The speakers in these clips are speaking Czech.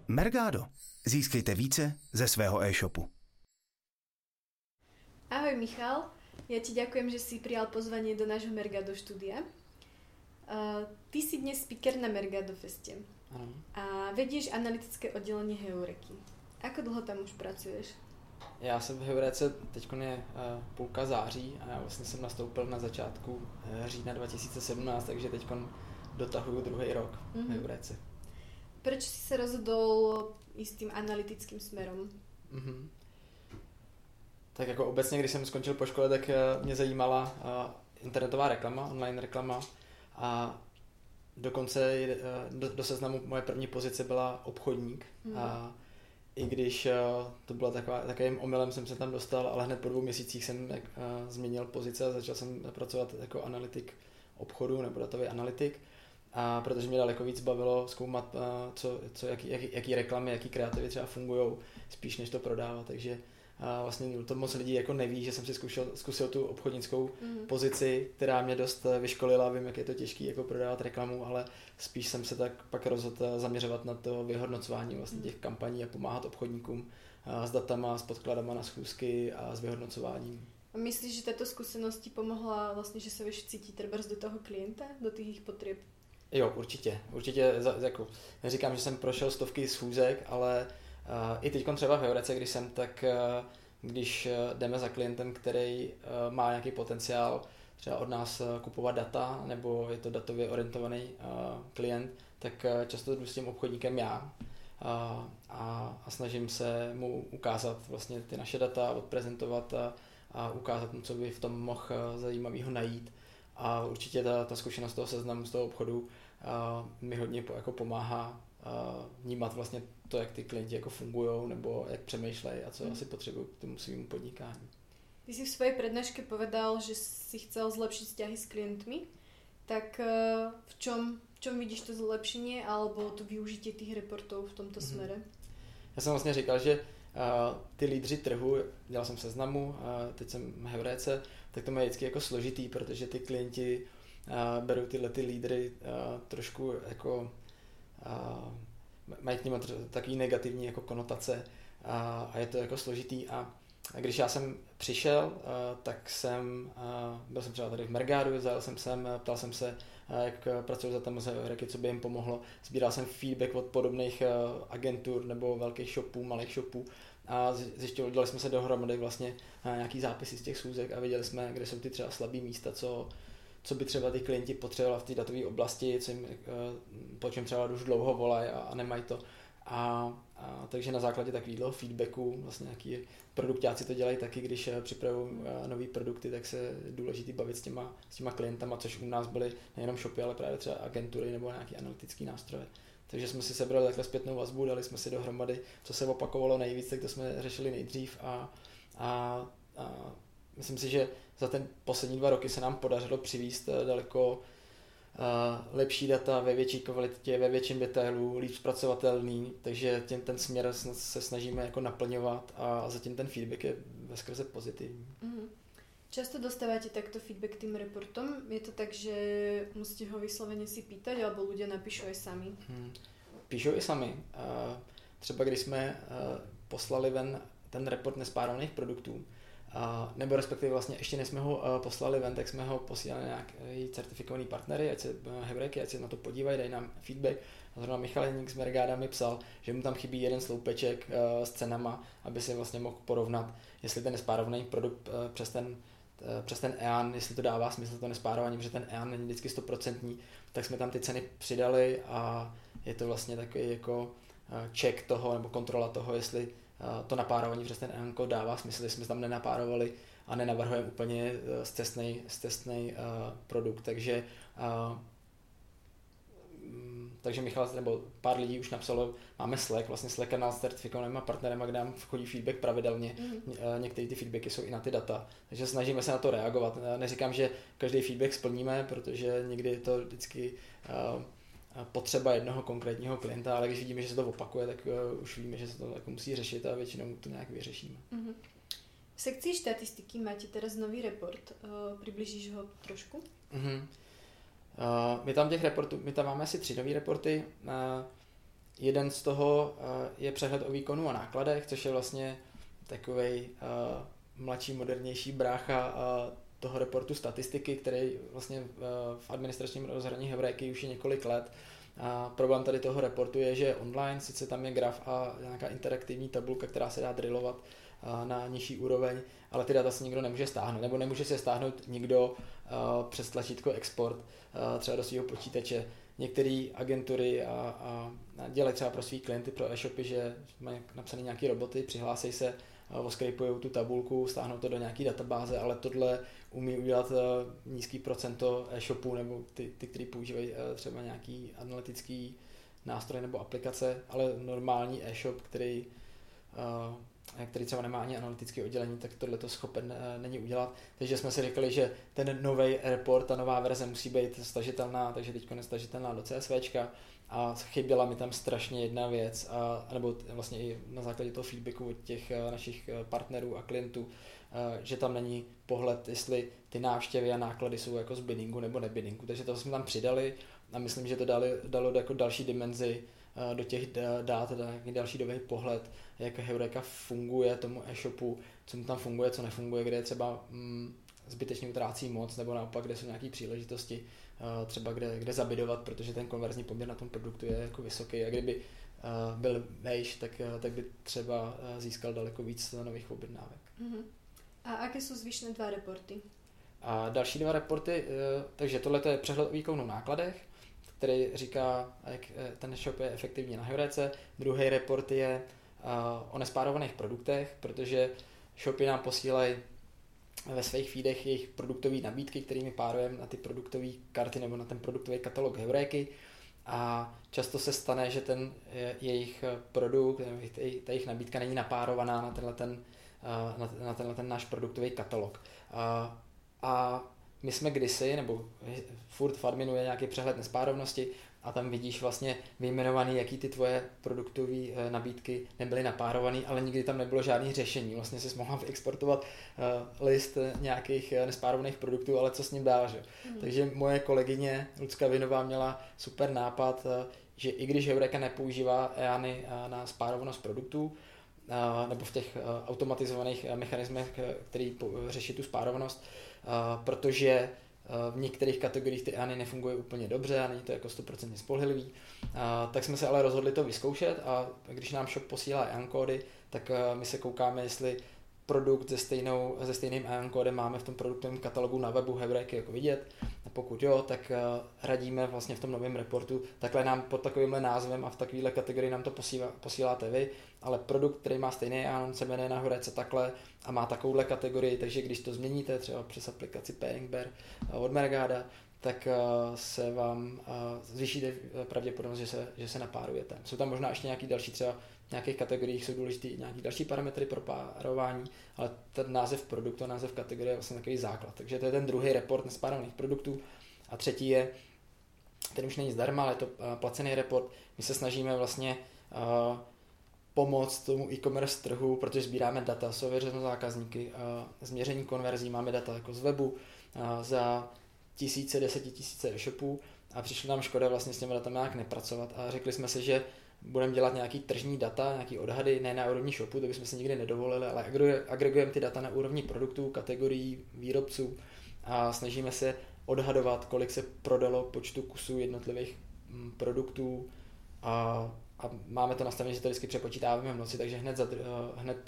Mergado. Získejte více ze svého e-shopu. Ahoj Michal, ja ti ďakujem, že si prijal pozvanie do nášho Mergado štúdia. Ty si dnes speaker na Mergado Feste a vedieš analytické oddelenie Heureky. Ako dlho tam už pracuješ? Já jsem v Heurece, teď je půlka září a já vlastně jsem nastoupil na začátku října 2017, takže teď dotahuju druhý rok v Heurece. Proč si sa rozhodol ísť tým analytickým smerom? Tak jako obecně, když jsem skončil po škole, tak mě zajímala internetová reklama, online reklama a dokonce do seznamu moje první pozice byla obchodník. A i když to bylo takovým omylem, jsem se tam dostal, ale hned po 2 měsících jsem změnil pozice a začal jsem pracovat jako analytik obchodu nebo datový analytik. A protože mě daleko víc bavilo zkoumat, jaký reklamy, jaký kreativy třeba fungujou, spíš než to prodávat, takže vlastně to moc lidí jako neví, že jsem si zkusil tu obchodnickou pozici, která mě dost vyškolila, vím, jak je to těžké jako prodávat reklamu, ale spíš jsem se tak pak rozhodl zaměřovat na to vyhodnocování vlastně těch kampaní a pomáhat obchodníkům s datama, s podkladama na schůzky a s vyhodnocováním. A myslíš, že tato skúsenosť ti pomohla vlastně, že se vieš cítiť trebárs do toho klienta, do těch jejich potrieb? Jo, určitě, jako neříkám, že jsem prošel stovky schůzek, ale i teď třeba v Heurece, když jsem, tak když jdeme za klientem, který má nějaký potenciál třeba od nás kupovat data, nebo je to datově orientovaný klient, tak často jdu s tím obchodníkem já a snažím se mu ukázat vlastně ty naše data, odprezentovat a ukázat mu, co by v tom mohl zajímavého najít. A určitě ta zkušenost toho seznamu z toho obchodu mi hodně jako pomáhá vnímat vlastně to, jak ty klienti jako fungujou nebo jak přemýšlejí a co asi potřebují k tomu svým podnikání. Ty si v svojej prednáške povedal, že si chcel zlepšiť vzťahy s klientmi, tak v čom vidíš to zlepšenie alebo to využitie tých reportov v tomto smere? Já jsem vlastně říkal, že ty lídři trhu, dělal jsem seznamu, teď jsem v Heurece, tak to je vždycky jako složitý, protože ty klienti berou tyhle ty lídry trošku jako mají k nim takový negativní jako konotace a je to jako složitý a když já jsem přišel, tak byl jsem třeba tady v Mergadu, zajel jsem sem, ptal jsem se, jak pracuji za tam z Heureky, co by jim pomohlo. Sbíral jsem feedback od podobných agentur nebo velkých shopů, malých shopů a dělali jsme se dohromady vlastně nějaký zápisy z těch schůzek a viděli jsme, kde jsou ty třeba slabý místa, co by třeba ty klienti potřebovali v té datové oblasti, po čem třeba už dlouho volají a nemají to. Takže na základě takového feedbacku vlastně nějaký produktáci to dělají taky, když připravují nový produkty, tak se důležitý bavit s těma klientama, což u nás byly nejenom shopy, ale právě třeba agentury nebo nějaké analytické nástroje. Takže jsme si sebrali takhle zpětnou vazbu, dali jsme si dohromady, co se opakovalo nejvíc, tak to jsme řešili nejdřív a myslím si, že za ten poslední 2 roky se nám podařilo přivést daleko lepší data ve větší kvalitě, ve větším detailu, líp zpracovatelný, takže ten směr se snažíme jako naplňovat a zatím ten feedback je veskrze pozitivní. Často dostávate takto feedback tým reportom? Je to tak, že musíte ho vyslovene si pýtať, alebo ľudia napíšu aj sami? Píšou i sami. Třeba když jsme poslali ven ten report nespárovaných produktů, nebo respektive vlastně ještě než jsme ho poslali ven, tak jsme ho posílali nějaký certifikovaný partnery, ať se Heureky, ať se na to podívají, dají nám feedback. A zrovna Michal Heník z Mergada mi psal, že mu tam chybí jeden sloupeček s cenama, aby si vlastně mohl porovnat, jestli ten nespárovaný produkt přes ten EAN, jestli to dává smysl to nespárování, protože ten EAN není vždycky 100%, tak jsme tam ty ceny přidali a je to vlastně takový jako check toho nebo kontrola toho, jestli to napárování přes ten EAN dává smysl, jestli jsme tam nenapárovali a nenavrhujeme úplně zcestnej produkt, takže Michal nebo pár lidí už napsalo, máme Slack, vlastně Slack kanál s certifikovanými partnerem, kde nám chodí feedback pravidelně. Některé ty feedbacky jsou i na ty data, takže snažíme se na to reagovat. Neříkám, že každý feedback splníme, protože někdy je to vždycky potřeba jednoho konkrétního klienta, ale když vidíme, že se to opakuje, tak už víme, že se to jako musí řešit a většinou to nějak vyřešíme. V sekcii štatistiky máte teraz nový report. Přiblížíš ho trošku? My tam máme asi 3 nový reporty. jeden z toho je přehled o výkonu a nákladech, což je vlastně takovej mladší, modernější brácha toho reportu statistiky, který vlastně v administračním rozhraní Heureka už je několik let. A problém tady toho reportu je, že je online, sice tam je graf a nějaká interaktivní tabulka, která se dá drillovat na nižší úroveň, ale ty data si nikdo nemůže stáhnout, nebo nemůže se stáhnout nikdo přes tlačítko export třeba do svého počítače. Některé agentury a dělají třeba pro svý klienty, pro e-shopy, že mají napsané nějaké roboty, přihlásí se, oskrejpujou tu tabulku, stáhnou to do nějaké databáze, ale tohle umí udělat nízký procento e-shopů nebo ty který používají třeba nějaký analytický nástroj nebo aplikace, ale normální e-shop, který třeba nemá ani analytické oddělení, tak tohle to schopen není udělat. Takže jsme si řekli, že ten nový report, ta nová verze musí být stažitelná, takže teď je stažitelná do CSVčka a chyběla mi tam strašně jedna věc, nebo vlastně i na základě toho feedbacku od těch našich partnerů a klientů, že tam není pohled, jestli ty návštěvy a náklady jsou jako z biddingu nebo nebiddingu. Takže to jsme tam přidali a myslím, že to dalo jako další dimenzi do těch dát, další nový pohled, jak Heureka funguje tomu e-shopu, co mu tam funguje, co nefunguje, kde je třeba zbytečně utrácí moc, nebo naopak, kde jsou nějaké příležitosti, třeba kde zabidovat, protože ten konverzní poměr na tom produktu je jako vysoký a kdyby byl vejš, tak by třeba získal daleko víc nových objednávek. Uh-huh. A jaké jsou zvyšné 2 reporty? A další 2 reporty, takže tohle je přehled o výkonu nákladech, který říká, jak ten shop je efektivní na Heurece. Druhý report je o nespárovaných produktech, protože shopy nám posílají ve svých feedech jejich produktové nabídky, kterými párujeme na ty produktové karty nebo na ten produktový katalog Heureky. A často se stane, že ten jejich produkt, ta jejich nabídka není napárovaná na tenhle ten náš produktový katalog. A my jsme kdysi, nebo furt v adminu je nějaký přehled nespárovnosti a tam vidíš vlastně vyjmenovaný, jaký ty tvoje produktové nabídky nebyly napárovaný, ale nikdy tam nebylo žádný řešení. Vlastně jsi mohla vyexportovat list nějakých nespárovaných produktů, ale co s ním dál, že? Takže moje kolegyně Lucka Vinová měla super nápad, že i když Heureka nepoužívá EANy na spárovanost produktů, nebo v těch automatizovaných mechanismech, který řeší tu spárovanost, protože v některých kategoriích ty EANy nefungují úplně dobře a není to jako 100% spolehlivý. Tak jsme se ale rozhodli to vyzkoušet a když nám shop posílá EAN kódy, tak my se koukáme, jestli produkt se stejným EAN kódem máme v tom produktovém katalogu na webu Heureky jako vidět. A pokud jo, tak radíme vlastně v tom novém reportu, takhle nám pod takovýmhle názvem a v takovéhle kategorii nám to posíláte vy, ale produkt, který má stejný EAN, se jmenuje na Heurece takhle a má takovouhle kategorii, takže když to změníte třeba přes aplikaci Paying Bear od Mergada, tak se vám zvýší pravděpodobnost, že se napárujete. Jsou tam možná ještě nějaký další, třeba v nějakých kategoriích jsou důležité nějaký další parametry pro párování, ale ten název produktu, název kategorie je vlastně takový základ. Takže to je ten druhý report nespárovaných produktů. A třetí je, ten už není zdarma, ale je to placený report. My se snažíme vlastně pomoct tomu e-commerce trhu, protože sbíráme data, jsou ověřené zákazníky, změření konverzí, máme data jako z webu za desetitisíce e-shopů a přišlo nám škoda vlastně s těmi datami nějak nepracovat a řekli jsme si, že budeme dělat nějaký tržní data, nějaký odhady, ne na úrovni shopu, to bychom si nikdy nedovolili, ale agregujeme ty data na úrovni produktů, kategorií, výrobců a snažíme se odhadovat, kolik se prodalo počtu kusů jednotlivých produktů a máme to nastavené, že to vždycky přepočítáváme v noci, takže hned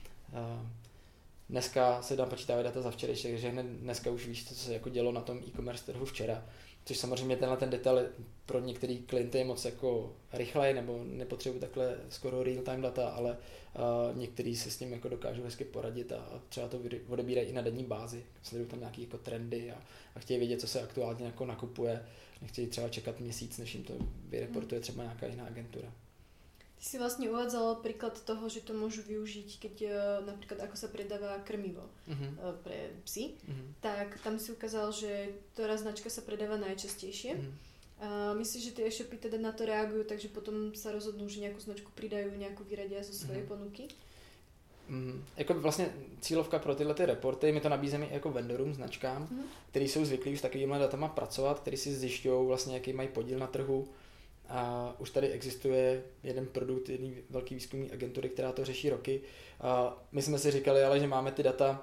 dneska se dá počítávat data za včerejšek, takže hned dneska už víš, co se jako dělo na tom e-commerce trhu včera. Což samozřejmě ten detail pro některý klienty je moc jako rychlej, nebo nepotřebují takhle skoro real-time data, ale některý se s tím jako dokážou hezky poradit a třeba to odebírají i na denní bázi. Sledují tam nějaké jako trendy a chtějí vědět, co se aktuálně jako nakupuje. Nechtějí třeba čekat měsíc, než jim to vyreportuje třeba nějaká jiná agentura. Ty si vlastne uvádzal príklad toho, že to môžu využiť, keď napríklad ako sa predáva krmivo pre psy, tak tam si ukázal, že ktorá značka sa predáva najčastejšie. Myslíš, že tie e-shopy teda na to reagujú, takže potom sa rozhodnú, že nejakú značku pridajú, nejakú vyradia zo svojej ponuky? Jako vlastně cílovka pro tyhle ty reporty, my to nabízíme jako vendorům, značkám, který jsou zvyklí už s takovýmhle datama pracovat, který si zjišťují vlastně, jaký mají podíl na trhu A už tady existuje jeden produkt, jedný velký výzkumný agentury, která to řeší roky. My jsme si říkali, ale že máme ty data,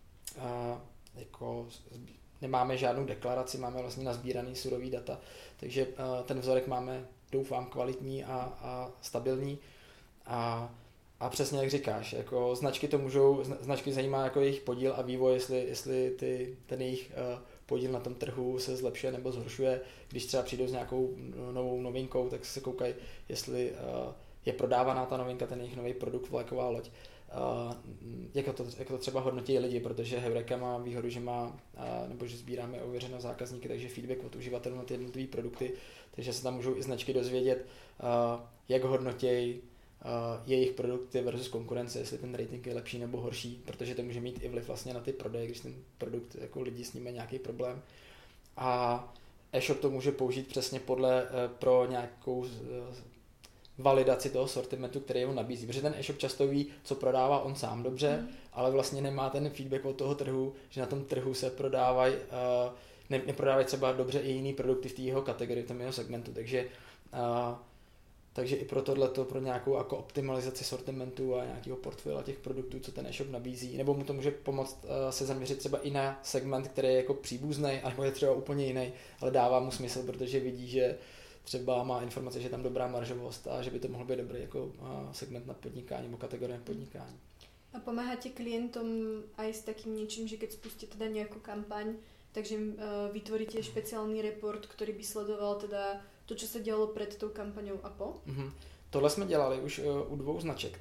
jako nemáme žádnou deklaraci, máme vlastně nazbíraný surový data, takže ten vzorek máme, doufám, kvalitní a stabilní. A přesně jak říkáš, jako značky zajímá jako jejich podíl a vývoj, jestli ten jejich podíl na tom trhu se zlepšuje nebo zhoršuje. Když třeba přijdou s nějakou novou novinkou, tak se koukají, jestli je prodávaná ta novinka, ten jejich nový produkt, vlaková loď. Jak to třeba hodnotí lidi, protože Heureka má výhodu, že nebo že sbíráme ověřené zákazníky, takže feedback od uživatelů na ty jednotlivé produkty, takže se tam můžou i značky dozvědět, jak hodnotějí jejich produkty versus konkurence, jestli ten rating je lepší nebo horší, protože to může mít i vliv vlastně na ty prodeje, když ten produkt jako lidi s ním mají nějaký problém. A e-shop to může použít přesně pro nějakou validaci toho sortimentu, který ho nabízí. Protože ten e-shop často ví, co prodává on sám dobře, ale vlastně nemá ten feedback od toho trhu, že na tom trhu se neprodávají třeba dobře i jiný produkty v té jeho kategorii, v tom jeho segmentu. Takže i pro tohleto, pro nějakou jako optimalizaci sortimentu a nějakého portfolia těch produktů, co ten e-shop nabízí, nebo mu to může pomoct se zaměřit třeba i na segment, který je jako příbuzný, nebo je třeba úplně jiný, ale dává mu smysl, protože vidí, že třeba má informace, že je tam dobrá maržovost a že by to mohl být dobrý jako segment na podnikání nebo kategorie na podnikání. A pomáháte klientom aj s takým niečím, že keď spustíte teda nejakú kampaň, takže vytvoríte špeciálny report, ktorý by sledoval teda to, čo sa dialo pred tou kampaňou a po? Tohle jsme dělali už u 2 značek.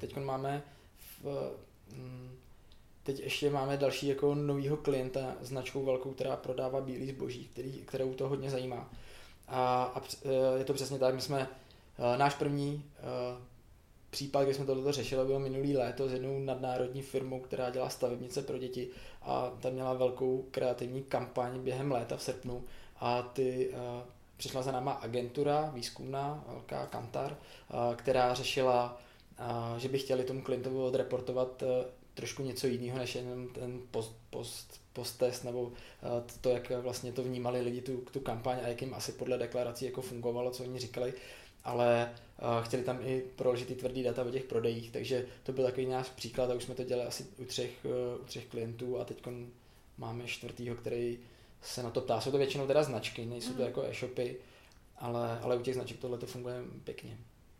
Teď ještě máme další jako novýho klienta, značkou velkou, která prodává bílý zboží, kterou to hodně zajímá. A je to přesně tak, my jsme náš první případ, kdy jsme tohleto řešili, byl minulý léto s jednou nadnárodní firmou, která dělá stavebnice pro děti a ta měla velkou kreativní kampaň během léta v srpnu a přišla za náma agentura výzkumná, velká Kantar, která řešila, že by chtěli tomu klientovi odreportovat trošku něco jiného, než jenom ten post-test nebo to, jak vlastně to vnímali lidi tu kampaň a jak jim asi podle deklarací jako fungovalo, co oni říkali, ale chtěli tam i proložit ty tvrdý data o těch prodejích, takže to byl takový náš příklad a už jsme to dělali asi u 3 klientů a teď máme 4., který se na to ptá. Jsou to většinou teda značky, nejsou to jako e-shopy, ale u těch značek tohle to funguje pěkně.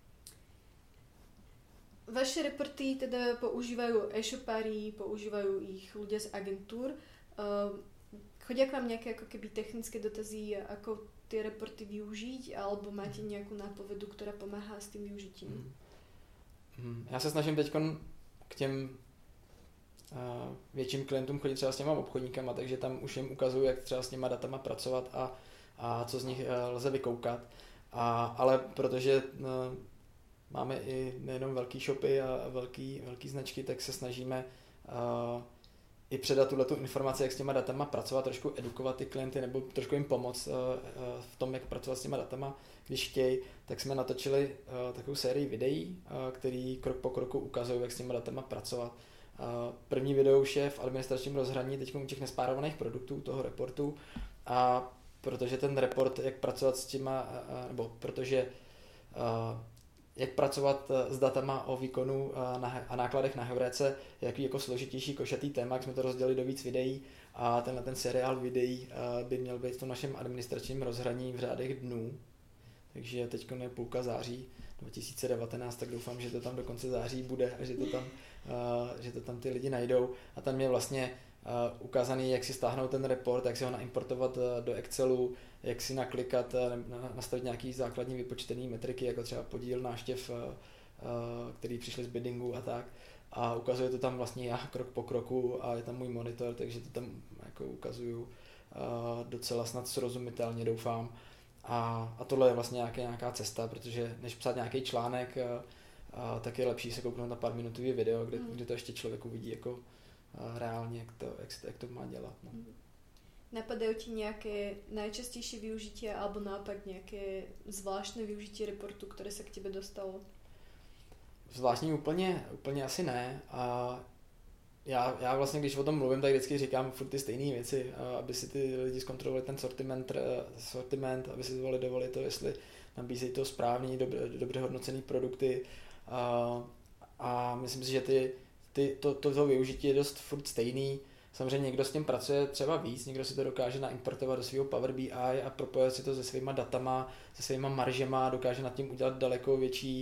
Vaše reporty teda používajú e-shopári, používajú ich ľudia z agentúr. Chodia k vám nejaké ako keby technické dotazy, ako tie reporty využiť, alebo máte nejakú nápovedu, ktorá pomáhá s tým využitím? Já se snažím teď k těm větším klientům chodit třeba s těma obchodníkama, takže tam už jim ukazuju, jak třeba s těma datama pracovat a co z nich lze vykoukat. Ale protože máme i nejenom velký shopy a velký značky, tak se snažíme i předat tuhletu informaci, jak s těma datama pracovat, trošku edukovat ty klienty nebo trošku jim pomoct v tom, jak pracovat s těma datama, když chtějí, tak jsme natočili takovou sérii videí, který krok po kroku ukazují, jak s těma datama pracovat. První video už je v administračním rozhraní teď u těch nespárovaných produktů toho reportu a protože ten report, jak pracovat s těma, nebo protože jak pracovat s datama o výkonu a nákladech na Heuréce je jako složitější košatý téma, jak jsme to rozdělili do víc videí a ten seriál videí by měl být v tom našem administračním rozhraní v řádech dnů. Takže teď je půlka září 2019, tak doufám, že to tam do konce září bude a že to tam ty lidi najdou. A tam je vlastně ukázaný, jak si stáhnout ten report, jak si ho naimportovat do Excelu, jak si naklikat, nastavit nějaký základní vypočtený metriky, jako třeba podíl návštěv, který přišli z biddingu a tak. A ukazuje to tam vlastně já krok po kroku a je tam můj monitor, takže to tam jako ukazuju docela snad srozumitelně, doufám. A tohle je vlastně nějaká cesta, protože než psát nějaký článek, tak je lepší se kouknout na pár minutový video, kde to ještě člověk uvidí jako reálně, jak to má dělat. No. Napadajú ti nejaké najčastejšie využitia alebo naopak nejaké zvláštne využitie reportu, ktoré sa k tebe dostalo? Zvláštní úplně asi ne. A já vlastně, když o tom mluvím, tak vždycky říkám furt ty stejné věci, aby si ty lidi zkontrolovali ten sortiment, aby si validovali to, jestli nabízejí to správný, dobře hodnocený produkty a myslím si, že to využití je dost furt stejný. Samozřejmě někdo s tím pracuje třeba víc, někdo si to dokáže naimportovat do svého Power BI a propojit si to se svýma datama, se svýma maržema, dokáže nad tím udělat daleko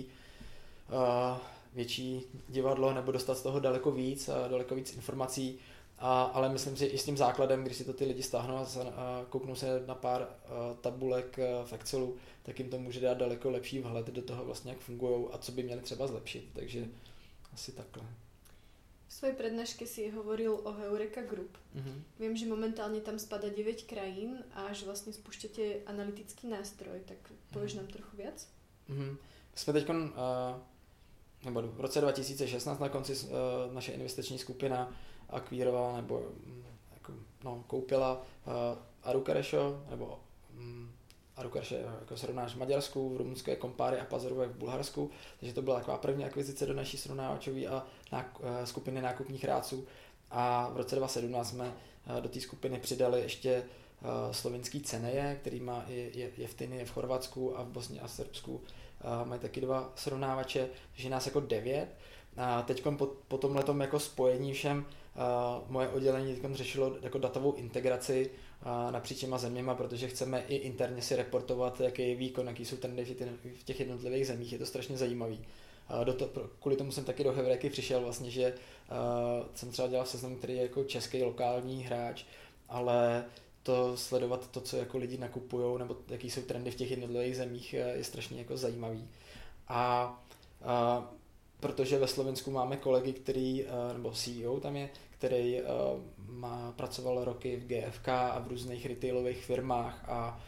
větší divadlo nebo dostat z toho daleko víc informací. Ale myslím si, i s tím základem, když si to ty lidi stáhnou a kouknou se na pár tabulek v Excelu, tak jim to může dát daleko lepší vhled do toho vlastně, jak fungují a co by měli třeba zlepšit. Takže asi takhle. V svojej prednáške si hovoril o Heureka Group. Viem, že momentálne tam spada 9 krajín a že vlastne spúšťate analytický nástroj, tak povieš nám trochu viac? Jsme teď nebo v roce 2016 na konci naše investiční skupina akvírovala nebo koupila Arukarešo, nebo Arukarešo jako srovnáč v Maďarsku, v Rumunsku je Kompáry a Pazarové v Bulharsku, takže to byla taková první akvizice do naší srovnávačové a skupiny nákupních rádců. A v roce 2017 jsme do té skupiny přidali ještě slovinský Ceneje, který má je v Tyny, je v Chorvatsku a v Bosně a Srbsku. Mají taky 2 srovnávače, takže nás jako 9. A teď po tomhletom jako spojení všem moje oddělení teď řešilo jako datovou integraci napříč těma zeměma, protože chceme i interně si reportovat, jaký je výkon, jaký jsou trendy v těch jednotlivých zemích, je to strašně zajímavý. Kvůli tomu jsem taky do Heureky přišel vlastně, že jsem třeba dělal v Seznamu, který je jako český lokální hráč, ale to sledovat to, co jako lidi nakupujou, nebo jaký jsou trendy v těch jednotlivých zemích, je strašně jako zajímavý. Protože ve Slovensku máme kolegy, nebo CEO tam je, který pracoval roky v GFK a v různých retailových firmách a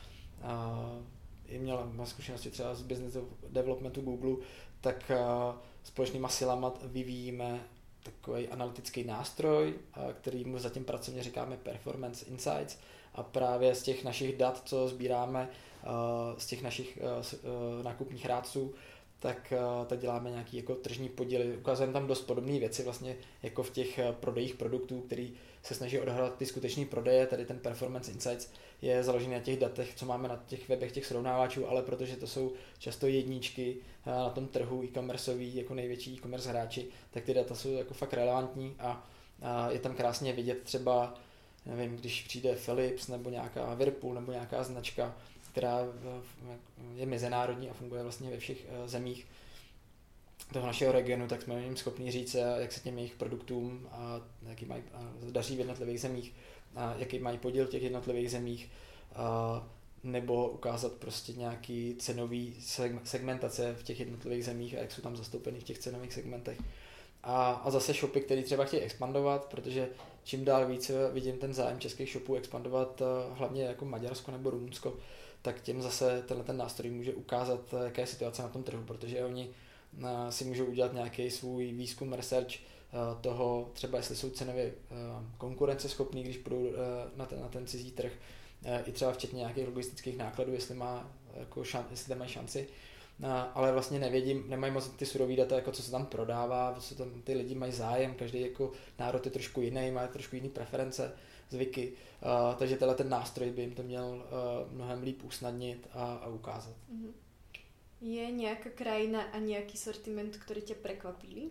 má zkušenosti třeba z business developmentu Google, tak společnýma silama vyvíjíme takový analytický nástroj, který mu zatím pracovně říkáme Performance Insights, a právě z těch našich dat, co sbíráme z těch našich nákupních rádců, tak děláme nějaký jako tržní podíly. Ukazujeme tam dost podobné věci vlastně jako v těch prodejích produktů, který se snaží odhadovat ty skutečné prodeje. Tady ten Performance Insights je založený na těch datech, co máme na těch webech těch srovnávačů, ale protože to jsou často jedničky na tom trhu e-commerceový, jako největší e-commerce hráči, tak ty data jsou jako fakt relevantní a je tam krásně vidět třeba, nevím, když přijde Philips nebo nějaká Whirlpool nebo nějaká značka, která je mezinárodní a funguje vlastně ve všech zemích toho našeho regionu, tak jsme jim schopni říct, jak se těm jejich produktům a jaký mají daří v jednotlivých zemích, a jaký mají podíl v těch jednotlivých zemích, nebo ukázat prostě nějaký cenový segmentace v těch jednotlivých zemích a jak jsou tam zastoupeny v těch cenových segmentech. A zase shopy, které třeba chtějí expandovat, protože čím dál víc vidím ten zájem českých shopů expandovat hlavně jako Maďarsko nebo Rumunsko, tak tím zase ten nástroj může ukázat, jaká je situace na tom trhu, protože oni si můžou udělat nějaký svůj výzkum, research toho, třeba jestli jsou cenově konkurenceschopní, když půjdou na ten cizí trh, i třeba včetně nějakých logistických nákladů, jestli tam mají šanci. Ale vlastně nemají moc ty surový data, jako co se tam prodává, co tam ty lidi mají zájem, každý jako národ je trošku jiný, má trošku jiný preference, zvyky, takže ten nástroj by jim to měl mnohem líp usnadnit a ukázat. Je nějaká krajina a nějaký sortiment, který tě prekvapili?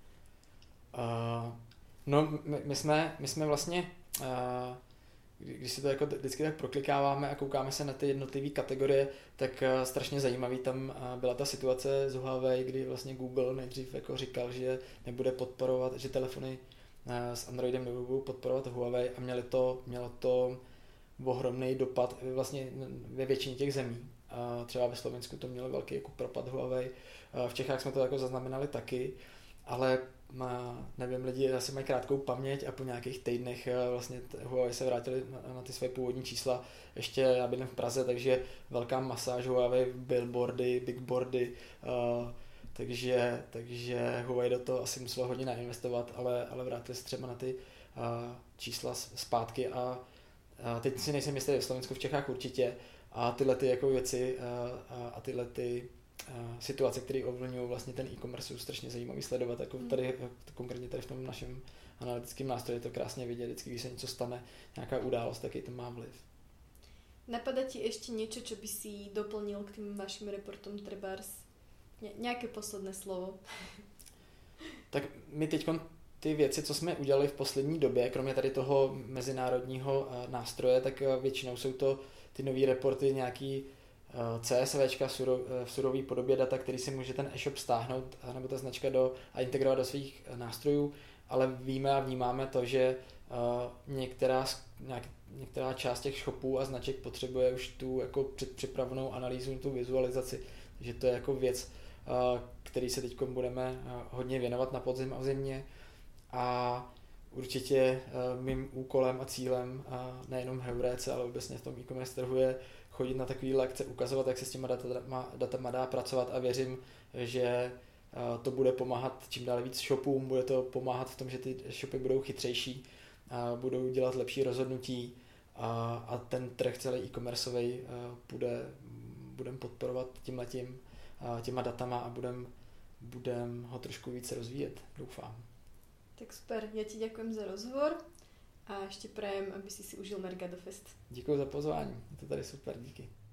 No, my jsme vlastně, když si to jako vždycky tak proklikáváme a koukáme se na ty jednotlivé kategorie, tak strašně zajímavý tam byla ta situace z Huawei, kdy vlastně Google nejdřív jako říkal, že nebude podporovat, že telefony s Androidem nebudou podporovat Huawei a mělo to ohromný dopad vlastně ve většině těch zemí. Třeba ve Slovensku to mělo velký jako propad Huawei, v Čechách jsme to jako zaznamenali taky, ale nevím, lidi asi mají krátkou paměť a po nějakých týdnech vlastně Huawei se vrátili na ty své původní čísla. Ještě já bydlím v Praze, takže velká masáž Huawei, billboardy, bigboardy, takže Huawei do toho asi muselo hodně nainvestovat, ale vrátili se třeba na ty čísla zpátky a teď si nejsem jistý, v Slovensku, v Čechách určitě, a tyhle ty jako věci a tyhle ty situace, které ovlivňují vlastně ten e-commerce, jsou strašně zajímavý sledovat, jako tady, konkrétně tady v tom našem analytickém nástroji je to krásně vidět, vždycky, když se něco stane, nějaká událost, taký to má vliv. Napadá ti ešte niečo, čo by si doplnil k tým vašim reportom trebárs? Nějaké posledné slovo? Tak my teď ty věci, co jsme udělali v poslední době, kromě tady toho mezinárodního nástroje, tak většinou jsou to ty nový reporty, nějaký CSVčka v surové podobě data, který si může ten e-shop stáhnout nebo ta značka a integrovat do svých nástrojů, ale víme a vnímáme to, že některá část těch shopů a značek potřebuje už tu jako předpřipravenou analýzu, tu vizualizaci, takže to je jako věc, který se teď budeme hodně věnovat na podzim a v zimě. A určitě mým úkolem a cílem nejenom Heuréce, ale obecně v tom e-commerce trhu je chodit na takové lekce, ukazovat, jak se s těma datama dá pracovat a věřím, že to bude pomáhat čím dál víc shopům, bude to pomáhat v tom, že ty shopy budou chytřejší, budou dělat lepší rozhodnutí a ten trh celý e-commerceový budeme podporovat těma datama a budem ho trošku více rozvíjet, doufám. Tak super, ja ti ďakujem za rozhovor a ešte prajem, aby si užil Mergadofest. Děkuji za pozvání, je to tady super, díky.